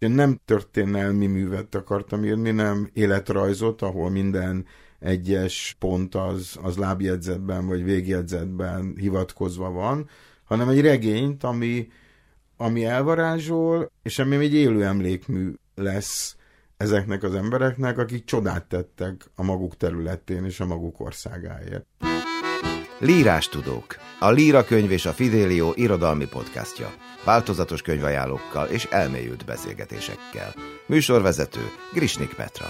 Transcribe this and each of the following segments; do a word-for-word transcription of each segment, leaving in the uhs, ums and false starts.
Én nem történelmi művet akartam írni, nem életrajzot, ahol minden egyes pont az, az lábjegyzetben vagy végjegyzetben hivatkozva van, hanem egy regényt, ami, ami elvarázsol, és ami egy élő emlékmű lesz ezeknek az embereknek, akik csodát tettek a maguk területén és a maguk országáért. Lírástudók, a Líra könyv és a Fidelio irodalmi podcastja. Változatos könyvajánlókkal és elmélyült beszélgetésekkel. Műsorvezető Grisnik Petra.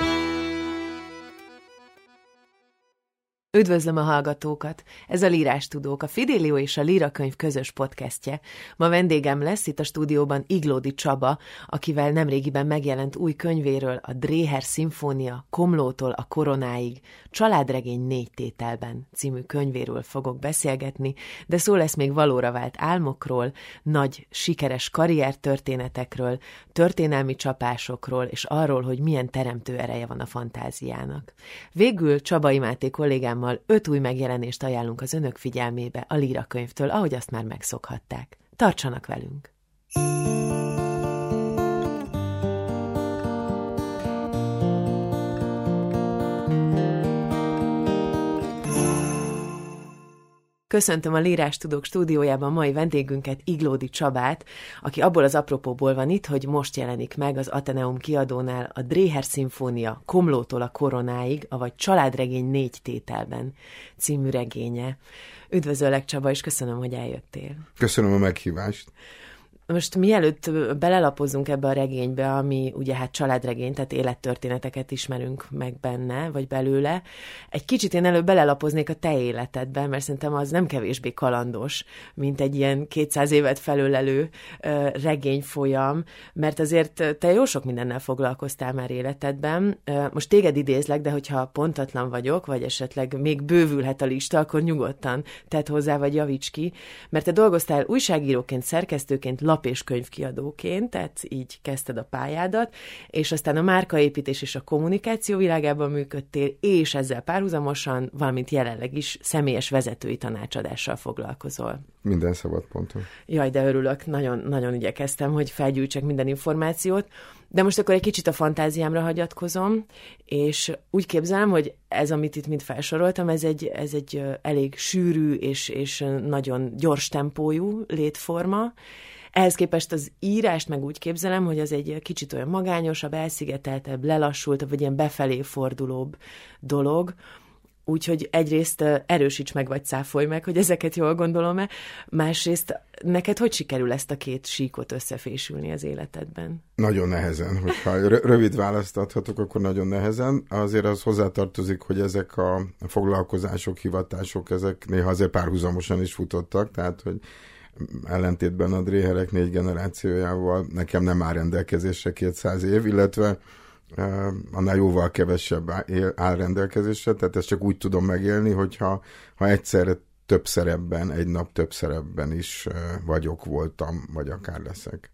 Üdvözlöm a hallgatókat! Ez a Lírástudók, a Fidelio és a Líra könyv közös podcastje. Ma vendégem lesz itt a stúdióban Iglódi Csaba, akivel nemrégiben megjelent új könyvéről, a Dréher szimfónia Komlótól a koronáig, Családregény négy tételben című könyvéről fogok beszélgetni, de szó lesz még valóra vált álmokról, nagy, sikeres karriertörténetekről, történelmi csapásokról, és arról, hogy milyen teremtő ereje van a fantáziának. Végül Csabai Máté kollégámmal öt új megjelenést ajánlunk az önök figyelmébe a Líra könyvtől, ahogy azt már megszokhatták. Tartsanak velünk! Köszöntöm a Lírástudók stúdiójában mai vendégünket, Iglódi Csabát, aki abból az apropóból van itt, hogy most jelenik meg az Atheneum kiadónál a Dréher szimfónia Komlótól a koronáig, avagy Családregény négy tételben című regénye. Üdvözöllek, Csaba, és köszönöm, hogy eljöttél. Köszönöm a meghívást. Most mielőtt belelapozzunk ebbe a regénybe, ami ugye hát családregény, tehát élettörténeteket ismerünk meg benne, vagy belőle, egy kicsit én előbb belelapoznék a te életedbe, mert szerintem az nem kevésbé kalandos, mint egy ilyen kétszáz évet felölelő uh, regényfolyam, mert azért te jó sok mindennel foglalkoztál már életedben. Uh, most téged idézlek, de hogyha pontatlan vagyok, vagy esetleg még bővülhet a lista, akkor nyugodtan tedd hozzá, vagy javíts ki, mert te dolgoztál újságíróként, szerkesztőként, lap- és könyvkiadóként, tehát így kezdted a pályádat, és aztán a márkaépítés és a kommunikáció világában működtél, és ezzel párhuzamosan, valamint jelenleg is személyes vezetői tanácsadással foglalkozol. Minden szabad ponton. Jaj, de örülök, nagyon, nagyon igyekeztem, hogy felgyűjtsek minden információt, de most akkor egy kicsit a fantáziámra hagyatkozom, és úgy képzelem, hogy ez, amit itt mind felsoroltam, ez egy, ez egy elég sűrű és, és nagyon gyors tempójú létforma. Ehhez képest az írást meg úgy képzelem, hogy az egy kicsit olyan magányosabb, elszigeteltebb, lelassultabb, vagy ilyen befelé fordulóbb dolog. Úgyhogy egyrészt erősíts meg, vagy cáfolj meg, hogy ezeket jól gondolom-e. Másrészt neked hogy sikerül ezt a két síkot összefésülni az életedben? Nagyon nehezen, hogyha rövid választ adhatok, akkor nagyon nehezen. Azért az hozzátartozik, hogy ezek a foglalkozások, hivatások, ezek néha azért párhuzamosan is futottak, tehát hogy ellentétben a Dréherek négy generációjával nekem nem áll rendelkezésre kétszáz év, illetve uh, annál jóval kevesebb áll rendelkezésre, tehát ezt csak úgy tudom megélni, hogyha ha egyszerre több szerepben, egy nap több szerepben is uh, vagyok, voltam, vagy akár leszek.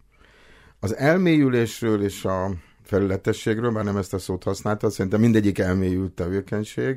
Az elmélyülésről és a felületességről, már nem ezt a szót használtad, szerintem mindegyik elmélyült tevékenység.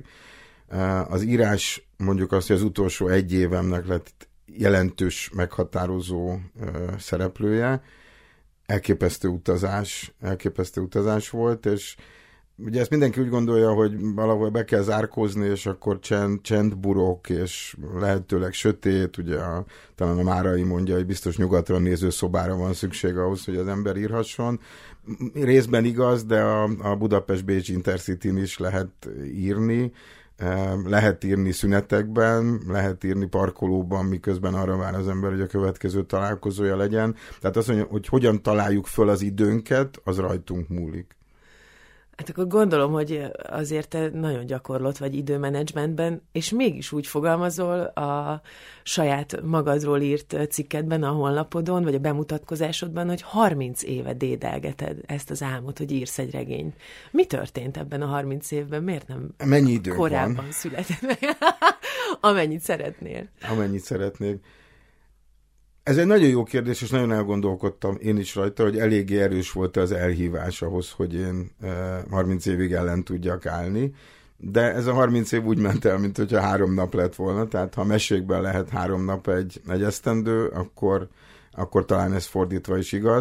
Uh, az írás, mondjuk azt, hogy az utolsó egy évemnek lett jelentős, meghatározó ö, szereplője. Elképesztő utazás, elképesztő utazás volt, és ugye ezt mindenki úgy gondolja, hogy valahol be kell zárkózni, és akkor csend, csend burok, és lehetőleg sötét, ugye a, talán a Márai mondja, hogy biztos nyugatra néző szobára van szükség ahhoz, hogy az ember írhasson. Részben igaz, de a, a Budapest-Bécs Intercityn is lehet írni, lehet írni szünetekben, lehet írni parkolóban, miközben arra vár az ember, hogy a következő találkozója legyen. Tehát azt mondja, hogy hogyan találjuk föl az időnket, az rajtunk múlik. Hát akkor gondolom, hogy azért te nagyon gyakorlott vagy időmenedzsmentben, és mégis úgy fogalmazol a saját magadról írt cikkedben a honlapodon, vagy a bemutatkozásodban, hogy harminc éve dédelgeted ezt az álmot, hogy írsz egy regényt. Mi történt ebben a harminc évben? Miért nem Mennyi időnk korábban van? született meg? Amennyit szeretnél. Amennyit szeretnék. Ez egy nagyon jó kérdés, és nagyon elgondolkodtam én is rajta, hogy eléggé erős volt az elhívás ahhoz, hogy én harminc évig ellen tudjak állni, de ez a harminc év úgy ment el, mint hogyha három nap lett volna, tehát ha mesékben lehet három nap egy, egy esztendő, akkor, akkor talán ez fordítva is igaz.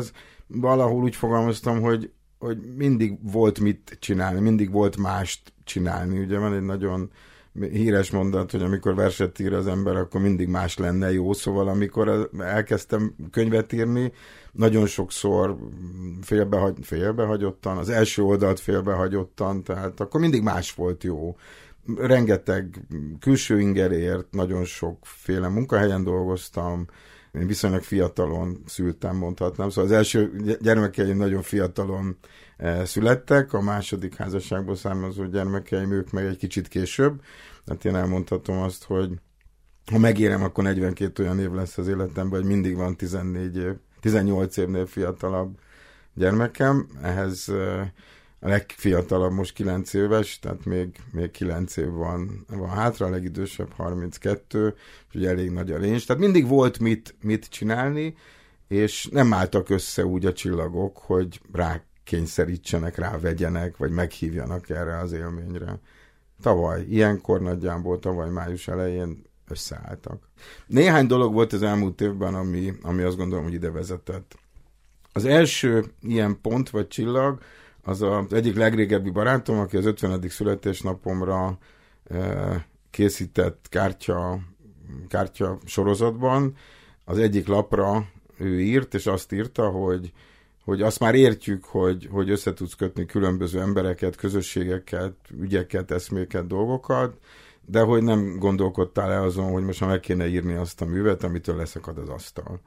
valahol úgy fogalmaztam, hogy, hogy mindig volt mit csinálni, mindig volt mást csinálni. Ugye van egy nagyon híres mondat, hogy amikor verset ír az ember, akkor mindig más lenne jó. Szóval amikor elkezdtem könyvet írni, nagyon sokszor félbehagy, félbehagyottan, az első oldalt félbehagyottan, tehát akkor mindig más volt jó. Rengeteg külső ingerért, nagyon sokféle munkahelyen dolgoztam, én viszonylag fiatalon szültem, mondhatnám. Szóval az első gyermekeim nagyon fiatalon születtek, a második házasságból származó gyermekeim, ők meg egy kicsit később. Tehát én elmondhatom azt, hogy ha megérem, akkor negyvenkét olyan év lesz az életemben, hogy mindig van tizennégy év, tizennyolc évnél fiatalabb gyermekem. Ehhez a legfiatalabb most kilenc éves, tehát még, még kilenc év van, van hátra, a legidősebb harminckettő, úgyhogy elég nagy a range. Tehát mindig volt mit, mit csinálni, és nem álltak össze úgy a csillagok, hogy rá kényszerítsenek, rá vegyenek, vagy meghívjanak erre az élményre. Tavaly, ilyenkor nagyjából, tavaly május elején összeálltak. Néhány dolog volt az elmúlt évben, ami, ami azt gondolom, hogy ide vezetett. Az első ilyen pont vagy csillag, az az egyik legrégebbi barátom, aki az ötvenedik születésnapomra eh, készített kártya, kártya sorozatban. Az egyik lapra ő írt, és azt írta, hogy, hogy azt már értjük, hogy, hogy össze tudsz kötni különböző embereket, közösségeket, ügyeket, eszméket, dolgokat, de hogy nem gondolkodtál el azon, hogy most már meg kéne írni azt a művet, amitől leszakad az asztal.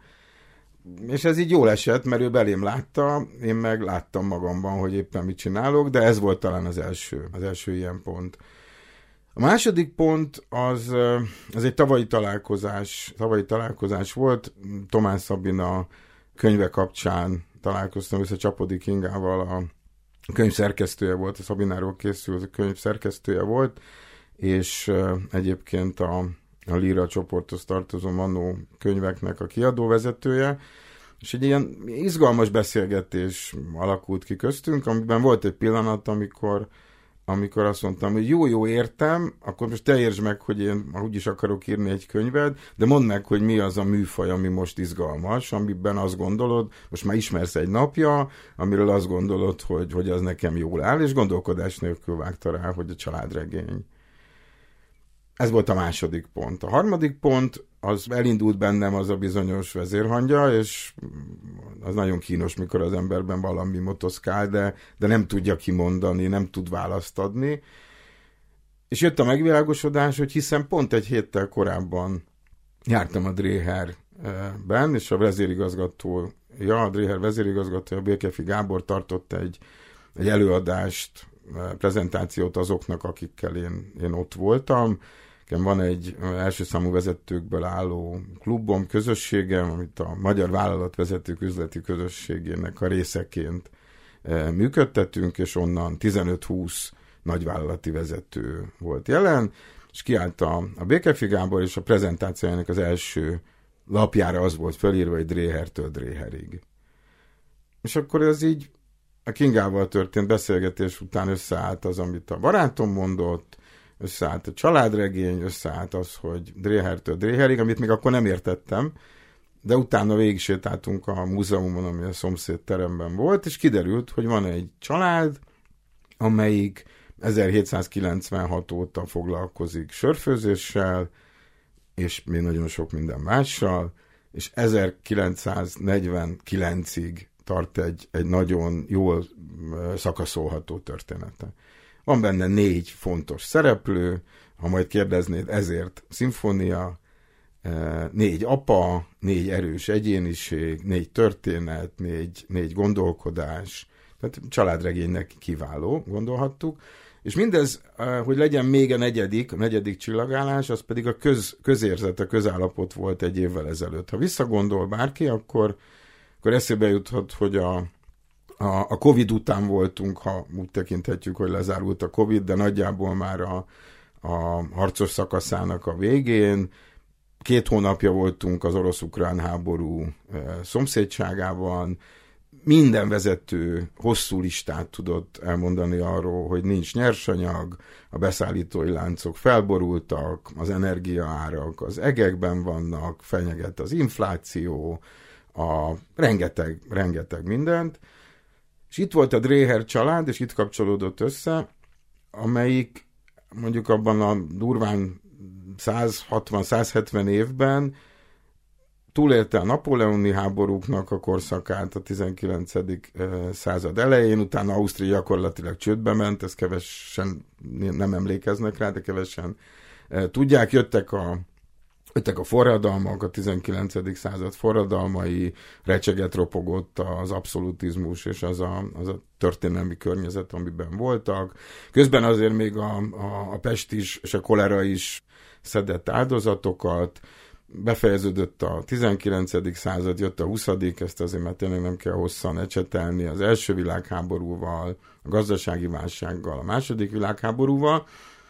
És ez így jól esett, mert ő belém látta, én meg láttam magamban, hogy éppen mit csinálok, de ez volt talán az első, az első ilyen pont. A második pont az, az egy tavalyi találkozás, tavalyi találkozás volt, Tomás Szabina könyve kapcsán találkoztam össze Csapodi Kingával, a könyv szerkesztője volt, a Szabináról készült, a könyv szerkesztője volt, és egyébként a a Líra csoporthoz tartozó Manó könyveknek a kiadóvezetője, és egy ilyen izgalmas beszélgetés alakult ki köztünk, amiben volt egy pillanat, amikor, amikor azt mondtam, hogy jó-jó értem, akkor most te értsd meg, hogy én úgyis akarok írni egy könyvet, de mondd meg, hogy mi az a műfaj, ami most izgalmas, amiben azt gondolod, most már ismersz egy napja, amiről azt gondolod, hogy, hogy az nekem jól áll, és gondolkodás nélkül vágta rá, hogy a családregény. Ez volt a második pont. A harmadik pont, az elindult bennem az a bizonyos vezérhangja, és az nagyon kínos, mikor az emberben valami motoszkál, de, de nem tudja kimondani, nem tud választ adni. És jött a megvilágosodás, hogy hiszen pont egy héttel korábban jártam a Dréherben, és a vezérigazgatója, a Dréher vezérigazgatója, Békefi Gábor tartott egy, egy előadást, prezentációt azoknak, akikkel én, én ott voltam. Van egy első számú vezetőkből álló klubom, közösségem, amit a Magyar Vállalatvezetők Üzleti Közösségének a részeként működtetünk, és onnan tizenöt-húsz nagyvállalati vezető volt jelen, és kiállt a, a Békefi Gábor, és a prezentációjának az első lapjára az volt felírva, hogy Dréhertől Dréherig. És akkor ez így a Kingával történt beszélgetés után összeállt az, amit a barátom mondott, összeállt a családregény, összeállt az, hogy Dréhertől Dréherig, amit még akkor nem értettem, de utána végig sétáltunk a múzeumon, ami a szomszéd teremben volt, és kiderült, hogy van egy család, amelyik ezerhétszázkilencvenhat óta foglalkozik sörfőzéssel, és még nagyon sok minden mással, és ezerkilencszáznegyvenkilencig tart egy, egy nagyon jól szakaszolható története. Van benne négy fontos szereplő, ha majd kérdeznéd, ezért szimfónia, négy apa, négy erős egyéniség, négy történet, négy, négy gondolkodás, tehát családregénynek kiváló, gondolhattuk. És mindez, hogy legyen még a negyedik, a negyedik csillagállás, az pedig a köz, közérzet, a közállapot volt egy évvel ezelőtt. Ha visszagondol bárki, akkor, akkor eszébe juthat, hogy a, a, a Covid után voltunk, ha úgy tekinthetjük, hogy lezárult a Covid, de nagyjából már a, a harcos szakaszának a végén. Két hónapja voltunk az orosz-ukrán háború szomszédságában. Minden vezető hosszú listát tudott elmondani arról, hogy nincs nyersanyag, a beszállítói láncok felborultak, az energiaárak az egekben vannak, fenyeget az infláció, a rengeteg, rengeteg mindent, és itt volt a Dreher család, és itt kapcsolódott össze, amelyik mondjuk abban a durván száz hatvan száz hetven évben túlélte a napóleoni háborúknak a korszakát a tizenkilencedik század elején, utána Ausztria gyakorlatilag csődbe ment, ezt kevesen nem emlékeznek rá, de kevesen tudják, jöttek a, jöttek a forradalmak, a tizenkilencedik század forradalmai, recseget ropogott az abszolutizmus és az a, az a történelmi környezet, amiben voltak. Közben azért még a, a, a pest is, és a kolera is szedett áldozatokat, befejeződött a tizenkilencedik század, jött a huszadik, ezt azért már tényleg nem kell hosszan ecsetelni, az első világháborúval, a gazdasági válsággal, a második világháborúval,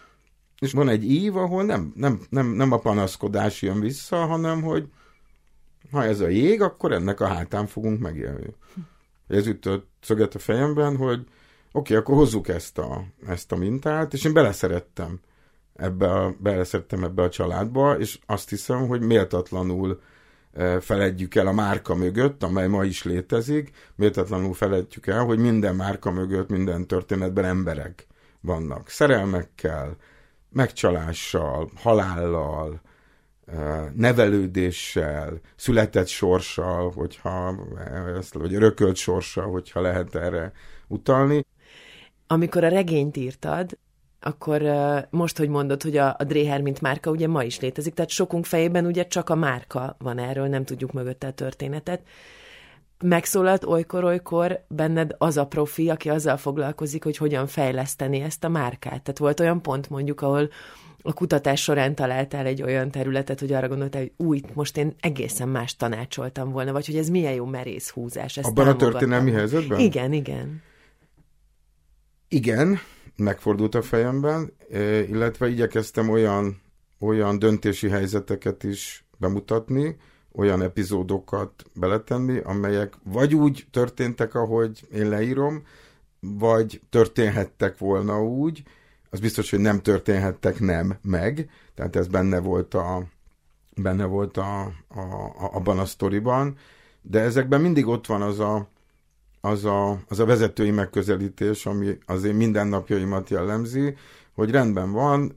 és van egy ív, ahol nem, nem, nem, nem a panaszkodás jön vissza, hanem hogy ha ez a jég, akkor ennek a hátán fogunk megélni. Ez ütött szöget a fejemben, hogy oké, okay, akkor hozzuk ezt a, ezt a mintát, és én beleszerettem ebbe a, beleszerettem ebbe a családba, és azt hiszem, hogy méltatlanul e, feledjük el a márka mögött, amely ma is létezik, méltatlanul feledjük el, hogy minden márka mögött, minden történetben emberek vannak. Szerelmekkel, megcsalással, halállal, e, nevelődéssel, született sorssal, hogyha, vagy örökölt sorssal, hogyha lehet erre utalni. Amikor a regényt írtad, akkor most, hogy mondod, hogy a, a Dreher mint márka ugye ma is létezik, tehát sokunk fejében ugye csak a márka van erről, nem tudjuk mögötte a történetet. Megszólalt olykor-olykor benned az a profi, aki azzal foglalkozik, hogy hogyan fejleszteni ezt a márkát. Tehát volt olyan pont mondjuk, ahol a kutatás során találtál egy olyan területet, hogy arra gondoltál, hogy új, most én egészen más tanácsoltam volna, vagy hogy ez milyen jó merész húzás. Ezt abban a történelmi helyzetben? Igen, igen. Igen, megfordult a fejemben, illetve igyekeztem olyan, olyan döntési helyzeteket is bemutatni, olyan epizódokat beletenni, amelyek vagy úgy történtek, ahogy én leírom, vagy történhettek volna úgy, az biztos, hogy nem történhettek nem meg, tehát ez benne volt, a, benne volt a, a, a, abban a sztoriban, de ezekben mindig ott van az a Az a, az a vezetői megközelítés, ami az én mindennapjaimat jellemzi, hogy rendben van,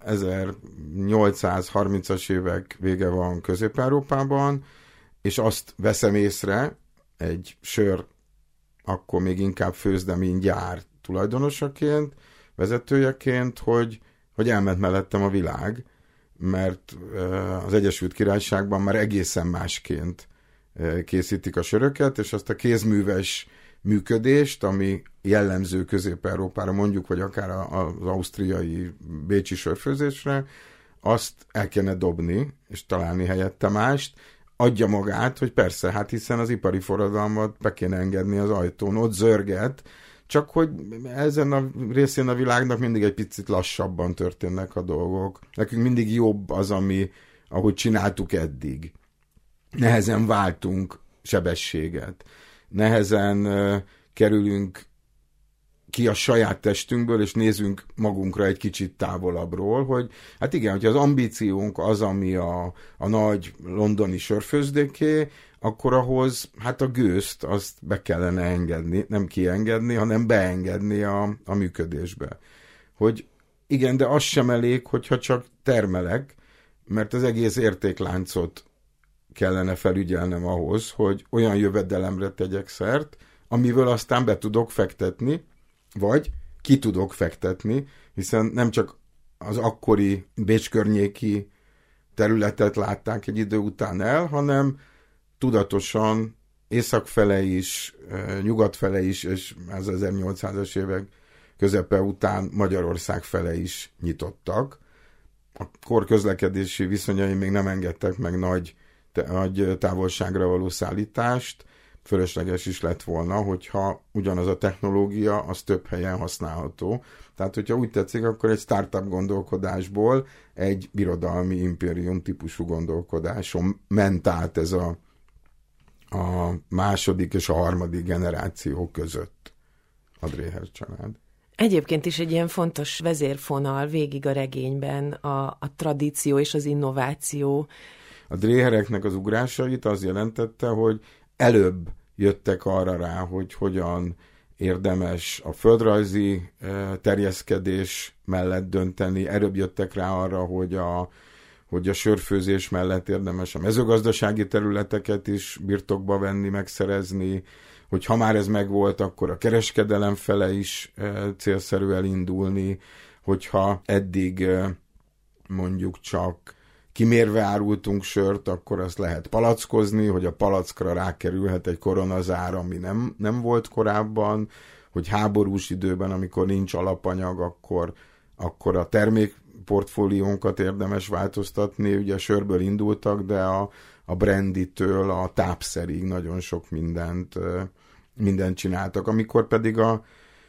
ezernyolcszázharmincas évek vége van Közép-Európában, és azt veszem észre egy sör, akkor még inkább főzdemény gyár tulajdonosaként, vezetőjeként, hogy, hogy elment mellettem a világ, mert az Egyesült Királyságban már egészen másként készítik a söröket, és azt a kézműves működést, ami jellemző Közép-Európára mondjuk, vagy akár az ausztriai bécsi sörfőzésre, azt el kellene dobni, és találni helyette mást, adja magát, hogy persze, hát hiszen az ipari forradalmat be kéne engedni az ajtón, ott zörget, csak hogy ezen a részén a világnak mindig egy picit lassabban történnek a dolgok. Nekünk mindig jobb az, ami, ahogy csináltuk eddig. Nehezen váltunk sebességet. Nehezen uh, kerülünk ki a saját testünkből, és nézünk magunkra egy kicsit távolabbról, hogy hát igen, hogyha az ambíciónk az, ami a, a nagy londoni sörfőzdéké, akkor ahhoz hát a gőzt azt be kellene engedni, nem kiengedni, hanem beengedni a, a működésbe. Hogy igen, de az sem elég, hogyha csak termelek, mert az egész értékláncot kellene felügyelnem ahhoz, hogy olyan jövedelemre tegyek szert, amivel aztán be tudok fektetni, vagy ki tudok fektetni, hiszen nem csak az akkori Bécs környéki területet látták egy idő után el, hanem tudatosan észak fele is, nyugat fele is, és az ezernyolcszázas évek közepe után Magyarország fele is nyitottak. A kor közlekedési viszonyai még nem engedtek meg nagy, nagy távolságra való szállítást, fölösleges is lett volna, hogyha ugyanaz a technológia, az több helyen használható. Tehát, hogyha úgy tetszik, akkor egy startup gondolkodásból egy birodalmi impérium típusú gondolkodáson ment át ez a, a második és a harmadik generáció között a Dreher család. Egyébként is egy ilyen fontos vezérfonal végig a regényben a, a tradíció és az innováció. A Drehereknek az ugrásait az jelentette, hogy előbb jöttek arra rá, hogy hogyan érdemes a földrajzi terjeszkedés mellett dönteni, előbb jöttek rá arra, hogy a, hogy a sörfőzés mellett érdemes a mezőgazdasági területeket is birtokba venni, megszerezni, hogy ha már ez megvolt, akkor a kereskedelem fele is célszerű elindulni, hogyha eddig mondjuk csak kimérve árultunk sört, akkor azt lehet palackozni, hogy a palackra rákerülhet egy koronazár, ami nem, nem volt korábban, hogy háborús időben, amikor nincs alapanyag, akkor, akkor a termékportfóliónkat érdemes változtatni. Ugye a sörből indultak, de a, a brandytől a tápszerig nagyon sok mindent, mindent csináltak. Amikor pedig a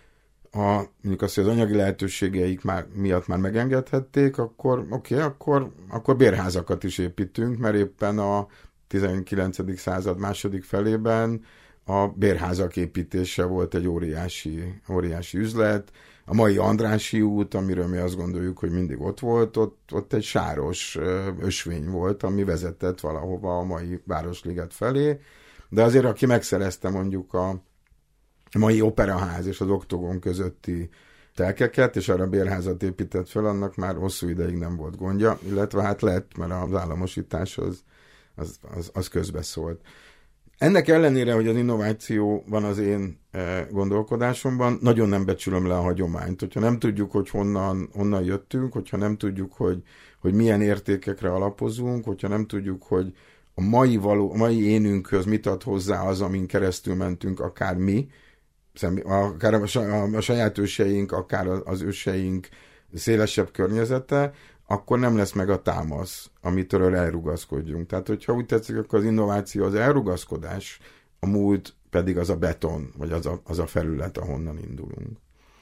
A, mondjuk azt, hogy az anyagi lehetőségeik már, miatt már megengedhették, akkor oké, okay, akkor, akkor bérházakat is építünk, mert éppen a tizenkilencedik század második felében a bérházak építése volt egy óriási, óriási üzlet. A mai Andrássy út, amiről mi azt gondoljuk, hogy mindig ott volt, ott, ott egy sáros ösvény volt, ami vezetett valahova a mai Városliget felé, de azért aki megszerezte mondjuk a a mai Operaház és az Oktogon közötti telkeket, és arra bérházat épített fel, annak már hosszú ideig nem volt gondja, illetve hát lett, mert az államosítás az, az, az, az közbeszólt. Ennek ellenére, hogy az innováció van az én gondolkodásomban, nagyon nem becsülöm le a hagyományt. Hogyha nem tudjuk, hogy honnan, honnan jöttünk, hogyha nem tudjuk, hogy, hogy milyen értékekre alapozunk, hogyha nem tudjuk, hogy a mai, való, a mai énünkhöz mit ad hozzá az, amin keresztül mentünk, akár mi, akár a saját őseink, akár az őseink szélesebb környezete, akkor nem lesz meg a támasz, amitől elrugaszkodjunk. Tehát, hogyha úgy tetszik, akkor az innováció az elrugaszkodás, a múlt pedig az a beton, vagy az a, az a felület, ahonnan indulunk.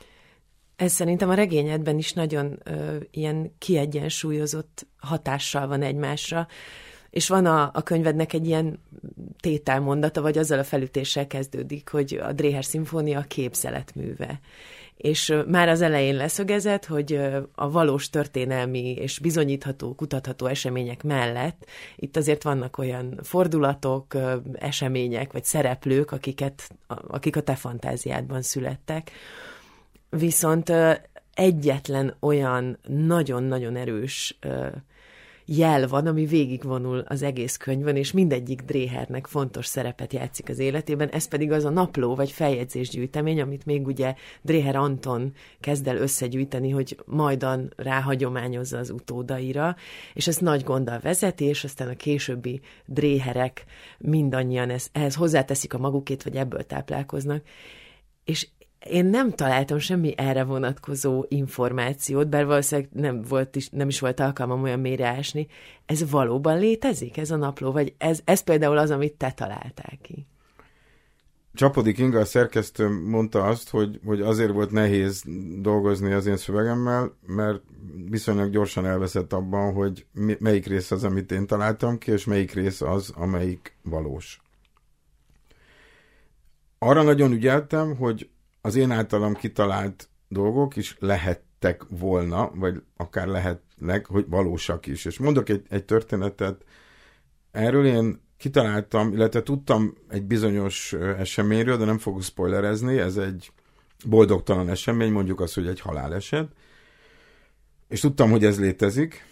Ez szerintem a regényedben is nagyon ö, ilyen kiegyensúlyozott hatással van egymásra, és van a, a könyvednek egy ilyen tételmondata, vagy azzal a felütéssel kezdődik, hogy a Dréher szimfónia a képzeletműve. És már az elején leszögezett, hogy a valós történelmi és bizonyítható, kutatható események mellett itt azért vannak olyan fordulatok, események, vagy szereplők, akiket, akik a te fantáziádban születtek. Viszont egyetlen olyan nagyon-nagyon erős jel van, ami végigvonul az egész könyvön, és mindegyik Dréhernek fontos szerepet játszik az életében, ez pedig az a napló vagy feljegyzésgyűjtemény, amit még ugye Dréher Anton kezd el összegyűjteni, hogy majdan ráhagyományozza az utódaira, és ezt nagy gonddal vezeti, és aztán a későbbi Dréherek mindannyian ezt, ehhez hozzáteszik a magukét, vagy ebből táplálkoznak, és én nem találtam semmi erre vonatkozó információt, bár valószínűleg nem, volt is, nem is volt alkalmam olyan mélyre ásni. Ez valóban létezik, ez a napló? Vagy ez, ez például az, amit te találtál ki? Csapodik Inga, a szerkesztő mondta azt, hogy, hogy azért volt nehéz dolgozni az én szövegemmel, mert viszonylag gyorsan elveszett abban, hogy melyik rész az, amit én találtam ki, és melyik rész az, amelyik valós. Arra nagyon ügyeltem, hogy az én általam kitalált dolgok is lehettek volna, vagy akár lehetnek, hogy valósak is. És mondok egy, egy történetet. Erről én kitaláltam, illetve tudtam egy bizonyos eseményről, de nem fogok spoilerezni, ez egy boldogtalan esemény, mondjuk azt, hogy egy haláleset. És tudtam, hogy ez létezik.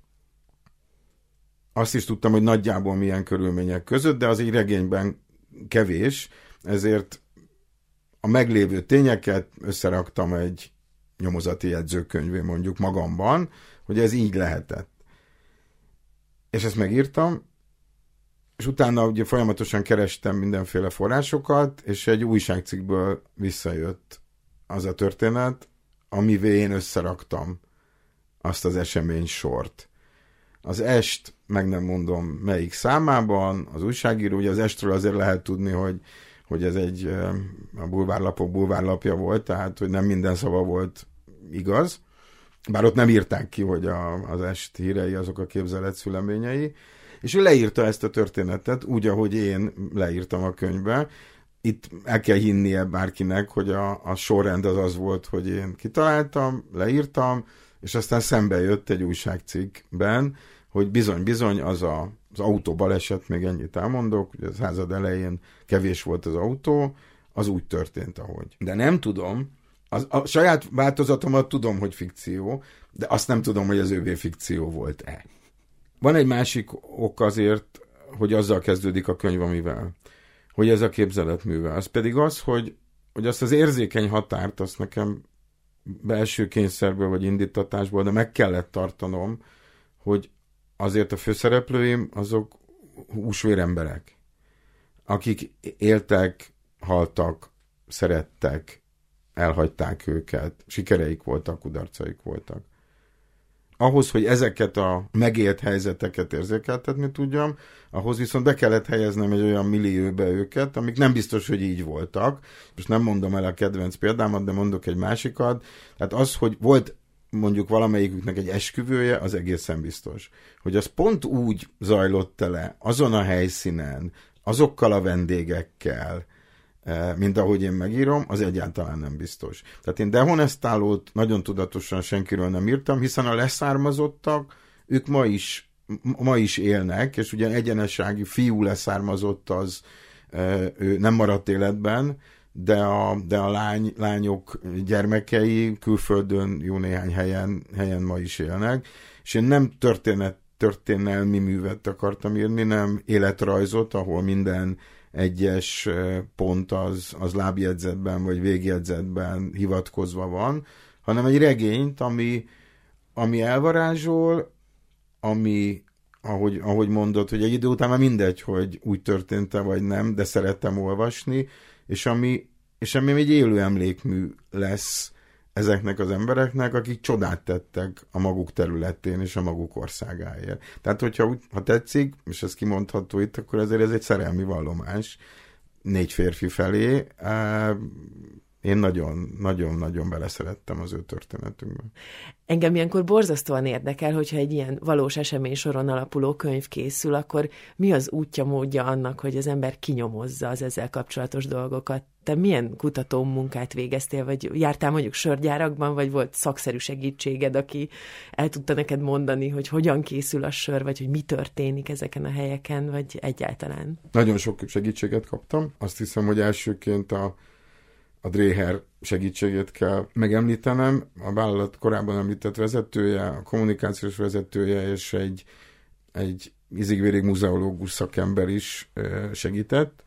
Azt is tudtam, hogy nagyjából milyen körülmények között, de az egy regényben kevés, ezért a meglévő tényeket összeraktam egy nyomozati jegyzőkönyvé mondjuk magamban, hogy ez így lehetett. És ezt megírtam, és utána ugye folyamatosan kerestem mindenféle forrásokat, és egy újságcikkből visszajött az a történet, amivé én összeraktam azt az esemény sort. Az Est, meg nem mondom melyik számában, az újságíró, ugye az Estről azért lehet tudni, hogy hogy ez egy a bulvárlapok bulvárlapja volt, tehát hogy nem minden szava volt igaz, bár ott nem írták ki, hogy a, az Est hírei azok a képzelet szüleményei, és ő leírta ezt a történetet úgy, ahogy én leírtam a könyvbe. Itt el kell hinnie bárkinek, hogy a, a sorrend az az volt, hogy én kitaláltam, leírtam, és aztán szembe jött egy újságcikkben, hogy bizony-bizony az a, az autó baleset, még ennyit elmondok, hogy a század elején kevés volt az autó, az úgy történt, ahogy. De nem tudom, az, a saját változatomat tudom, hogy fikció, de azt nem tudom, hogy az ővé fikció volt-e. Van egy másik ok azért, hogy azzal kezdődik a könyv, amivel, hogy ez a képzeletműve. Az pedig az, hogy, hogy azt az érzékeny határt, azt nekem belső kényszerből vagy indítatásból, de meg kellett tartanom, hogy azért a főszereplőim azok húsvér emberek, akik éltek, haltak, szerettek, elhagyták őket, sikereik voltak, kudarcaik voltak. Ahhoz, hogy ezeket a megélt helyzeteket érzékeltetni tudjam, ahhoz viszont be kellett helyeznem egy olyan millióbe őket, amik nem biztos, hogy így voltak. Most nem mondom el a kedvenc példámat, de mondok egy másikat. Tehát az, hogy volt mondjuk valamelyiküknek egy esküvője, az egészen biztos. Hogy az pont úgy zajlott le, azon a helyszínen, azokkal a vendégekkel, mint ahogy én megírom, az egyáltalán nem biztos. Tehát én dehonestálót nagyon tudatosan senkiről nem írtam, hiszen a leszármazottak, ők ma is, ma is élnek, és ugye egyenessági fiú leszármazott az, ő nem maradt életben, de a, de a lány, lányok gyermekei külföldön jó néhány helyen, helyen ma is élnek, és én nem történet, történelmi művet akartam írni, nem életrajzot, ahol minden egyes pont az, az lábjegyzetben vagy végjegyzetben hivatkozva van, hanem egy regényt, ami, ami elvarázsol, ami, ahogy, ahogy mondod, hogy egy idő után már mindegy, hogy úgy történt-e vagy nem, de szerettem olvasni, és ami, és ami egy élő emlékmű lesz ezeknek az embereknek, akik csodát tettek a maguk területén és a maguk országáért. Tehát, hogyha ha tetszik, és ez kimondható itt, akkor ezért ez egy szerelmi vallomás négy férfi felé. Én nagyon-nagyon-nagyon beleszerettem az ő történetünkbe. Engem ilyenkor borzasztóan érdekel, hogyha egy ilyen valós esemény soron alapuló könyv készül, akkor mi az útja, módja annak, hogy az ember kinyomozza az ezzel kapcsolatos dolgokat? Te milyen kutató munkát végeztél, vagy jártál mondjuk sörgyárakban, vagy volt szakszerű segítséged, aki el tudta neked mondani, hogy hogyan készül a sör, vagy hogy mi történik ezeken a helyeken, vagy egyáltalán? Nagyon sok segítséget kaptam. Azt hiszem, hogy elsőként a A Dreher segítségét kell megemlítenem. A vállalat korábban említett vezetője, a kommunikációs vezetője és egy, egy izig-vérig muzeológus szakember is segített.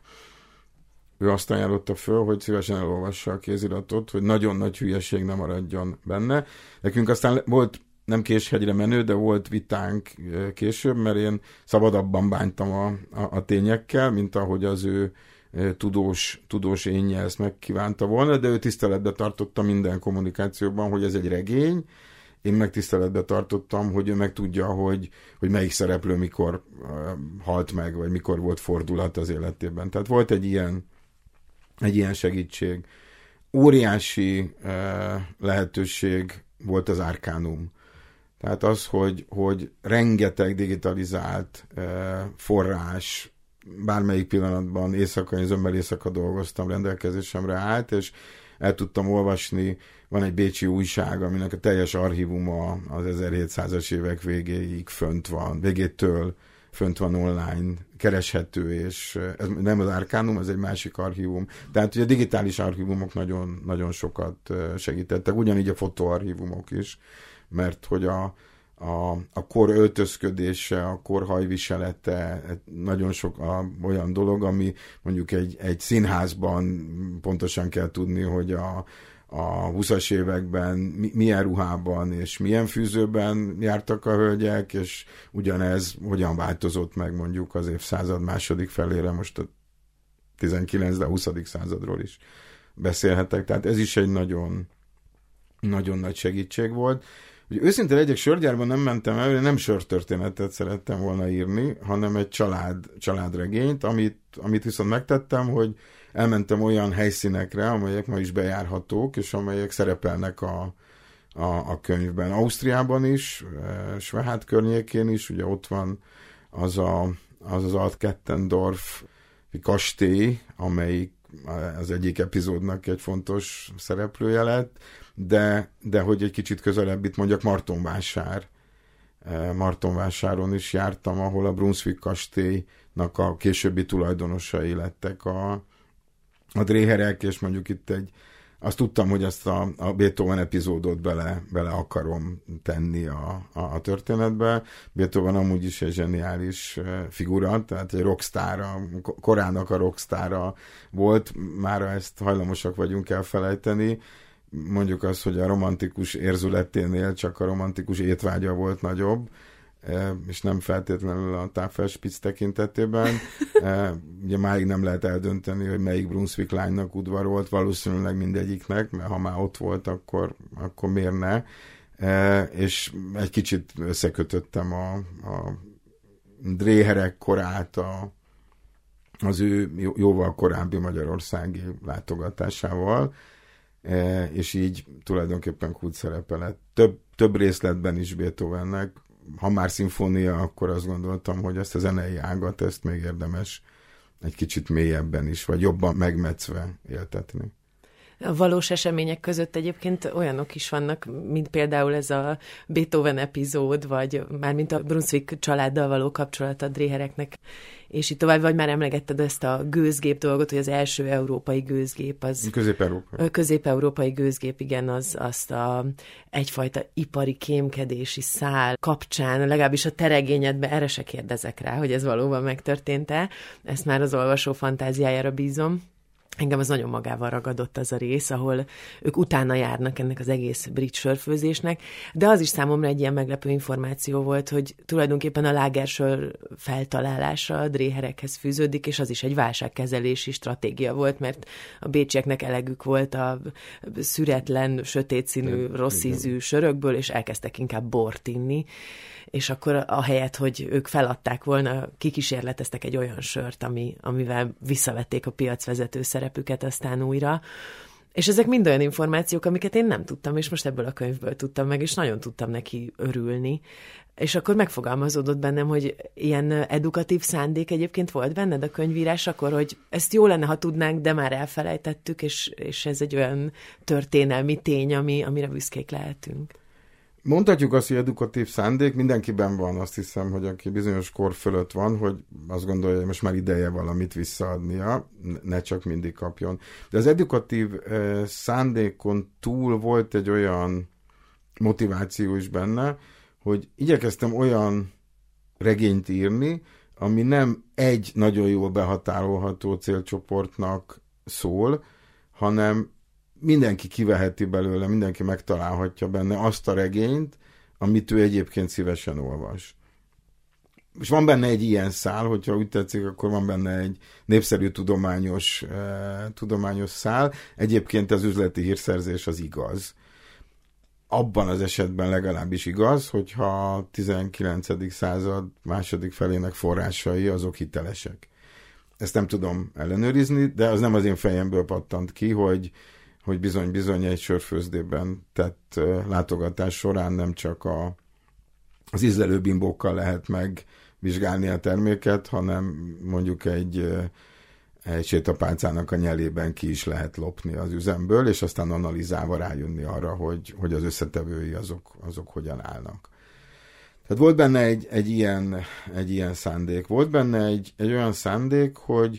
Ő azt ajánlotta föl, hogy szívesen elolvassa a kéziratot, hogy nagyon nagy hülyeség nem maradjon benne. Nekünk aztán volt nem Késhegyre menő, de volt vitánk később, mert én szabadabban bántam a, a, a tényekkel, mint ahogy az ő tudós, tudós énje ezt megkívánta volna, de ő tiszteletbe tartotta minden kommunikációban, hogy ez egy regény. Én meg tiszteletbe tartottam, hogy ő meg tudja, hogy, hogy melyik szereplő mikor uh, halt meg, vagy mikor volt fordulat az életében. Tehát volt egy ilyen, egy ilyen segítség. Óriási uh, lehetőség volt az Arcanum. Tehát az, hogy, hogy rengeteg digitalizált uh, forrás, bármelyik pillanatban éjszaka, én zömmel éjszaka dolgoztam, rendelkezésemre állt, és el tudtam olvasni, van egy bécsi újság, aminek a teljes archívuma az ezerhétszázas évek végéig fönt van, végétől fönt van online, kereshető, és ez nem az Arcanum, ez egy másik archívum. Tehát ugye a digitális archívumok nagyon, nagyon sokat segítettek, ugyanígy a fotóarchívumok is, mert hogy a A, a kor öltözködése, a kor hajviselete, nagyon sok a, olyan dolog, ami mondjuk egy, egy színházban pontosan kell tudni, hogy a, a húszas években mi, milyen ruhában és milyen fűzőben jártak a hölgyek, és ugyanez hogyan változott meg mondjuk az évszázad második felére, most a tizenkilencedik, de huszadik századról is beszélhetek. Tehát ez is egy nagyon, nagyon nagy segítség volt. Ugye őszintén legyek, sörgyárban nem mentem el, nem sörtörténetet szerettem volna írni, hanem egy család, családregényt, amit, amit viszont megtettem, hogy elmentem olyan helyszínekre, amelyek ma is bejárhatók, és amelyek szerepelnek a, a, a könyvben. Ausztriában is, Schwehát környékén is, ugye ott van az a, az, az Alt-Kettendorf kastély, amelyik az egyik epizódnak egy fontos szereplője lett, de, de hogy egy kicsit közelebb itt mondjak, Martonvásár Martonvásáron is jártam, ahol a Brunswick kastélynak a későbbi tulajdonosai lettek a, a dréherek, és mondjuk itt egy, azt tudtam, hogy ezt a, a Beethoven epizódot bele, bele akarom tenni a, a, a történetbe. Beethoven amúgy is egy zseniális figura, tehát egy rockstára, korának a rockstára volt, mára ezt hajlamosak vagyunk elfelejteni. Mondjuk azt, hogy a romantikus érzületénél csak a romantikus étvágya volt nagyobb, és nem feltétlenül a táfelspitz tekintetében. Ugye máig nem lehet eldönteni, hogy melyik Brunswick lánynak udvarolt, valószínűleg mindegyiknek, mert ha már ott volt, akkor, akkor miért ne. És egy kicsit összekötöttem a, a dréherek korát a, az ő jóval korábbi magyarországi látogatásával, és így tulajdonképpen kult szerepe lett. Több, több részletben is Beethovennek. Ha már szimfónia, akkor azt gondoltam, hogy ezt a zenei ágat, ezt még érdemes egy kicsit mélyebben is, vagy jobban megmetszve éltetni. A valós események között egyébként olyanok is vannak, mint például ez a Beethoven epizód, vagy mármint a Brunswick családdal való kapcsolat a dréhereknek, és így tovább, vagy már emlegetted ezt a gőzgép dolgot, hogy az első európai gőzgép az... Közép-európai. Közép-európai gőzgép, igen, az azt a egyfajta ipari kémkedési szál kapcsán, legalábbis a te regényedben, erre se kérdezek rá, hogy ez valóban megtörtént-e, ezt már az olvasó fantáziájára bízom. Engem az nagyon magával ragadott az a rész, ahol ők utána járnak ennek az egész brit sörfőzésnek, de az is számomra egy ilyen meglepő információ volt, hogy tulajdonképpen a lágersör feltalálása a dréherekhez fűződik, és az is egy válságkezelési stratégia volt, mert a bécsieknek elegük volt a szüretlen, sötét színű, rossz ízű sörökből, és elkezdtek inkább bort inni, és akkor ahelyett, hogy ők feladták volna, kikísérleteztek egy olyan sört, ami, amivel visszavették a piacvezető szerepüket aztán újra. És ezek mind olyan információk, amiket én nem tudtam, és most ebből a könyvből tudtam meg, és nagyon tudtam neki örülni. És akkor megfogalmazódott bennem, hogy ilyen edukatív szándék egyébként volt benned a könyvírás, akkor, hogy ezt jó lenne, ha tudnánk, de már elfelejtettük, és, és ez egy olyan történelmi tény, ami, amire büszkék lehetünk. Mondhatjuk azt, hogy edukatív szándék, mindenkiben van, azt hiszem, hogy aki bizonyos kor fölött van, hogy azt gondolja, hogy most már ideje valamit visszaadnia, ne csak mindig kapjon. De az edukatív eh, szándékon túl volt egy olyan motiváció is benne, hogy igyekeztem olyan regényt írni, ami nem egy nagyon jól behatárolható célcsoportnak szól, hanem mindenki kiveheti belőle, mindenki megtalálhatja benne azt a regényt, amit ő egyébként szívesen olvas. És van benne egy ilyen szál, hogyha úgy tetszik, akkor van benne egy népszerű tudományos, eh, tudományos szál. Egyébként az üzleti hírszerzés az igaz. Abban az esetben legalábbis igaz, hogyha a tizenkilencedik század második felének forrásai azok hitelesek. Ezt nem tudom ellenőrizni, de az nem az én fejemből pattant ki, hogy hogy bizony-bizony egy sörfőzdében tett látogatás során nem csak a, az ízlelőbimbókkal lehet megvizsgálni a terméket, hanem mondjuk egy, egy sétapálcának a nyelében ki is lehet lopni az üzemből, és aztán analizálva rájönni arra, hogy, hogy az összetevői azok, azok hogyan állnak. Tehát volt benne egy, egy, ilyen, egy ilyen szándék. Volt benne egy, egy olyan szándék, hogy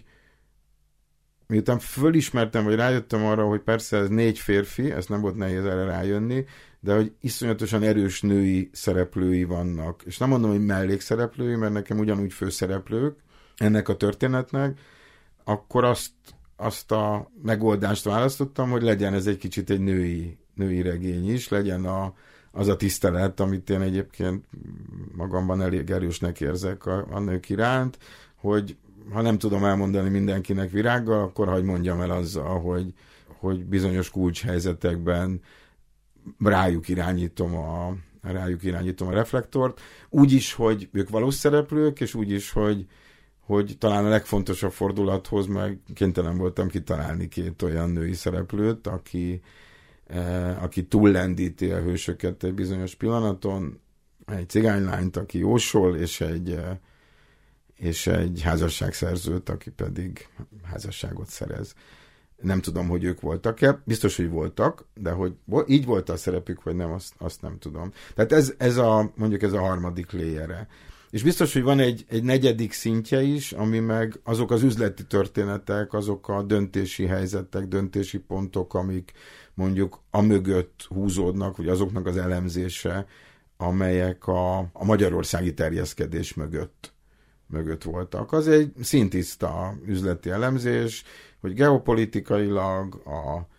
miután fölismertem, vagy rájöttem arra, hogy persze ez négy férfi, ezt nem volt nehéz erre rájönni, de hogy iszonyatosan erős női szereplői vannak. És nem mondom, hogy mellékszereplői, mert nekem ugyanúgy főszereplők ennek a történetnek, akkor azt, azt a megoldást választottam, hogy legyen ez egy kicsit egy női, női regény is, legyen a, az a tisztelet, amit én egyébként magamban elég erősnek érzek a, a nők iránt, hogy ha nem tudom elmondani mindenkinek virággal, akkor hadd mondjam el azzal, hogy, hogy bizonyos kulcshelyzetekben rájuk irányítom a, rájuk irányítom a reflektort. Úgy is, hogy ők valós szereplők, és úgy is, hogy, hogy talán a legfontosabb fordulathoz meg kénytelen voltam kitalálni két olyan női szereplőt, aki, eh, aki túllendíti a hősöket egy bizonyos pillanaton, egy cigánylányt, aki jósol, és egy eh, és egy házasságszerzőt, aki pedig házasságot szerez. Nem tudom, hogy ők voltak-e. Biztos, hogy voltak, de hogy így volt a szerepük, vagy nem, azt, azt nem tudom. Tehát ez, ez a, mondjuk ez a harmadik léjere. És biztos, hogy van egy, egy negyedik szintje is, ami meg azok az üzleti történetek, azok a döntési helyzetek, döntési pontok, amik mondjuk amögött húzódnak, vagy azoknak az elemzése, amelyek a, a magyarországi terjeszkedés mögött, mögött voltak. Az egy szintiszta üzleti elemzés, hogy geopolitikailag a,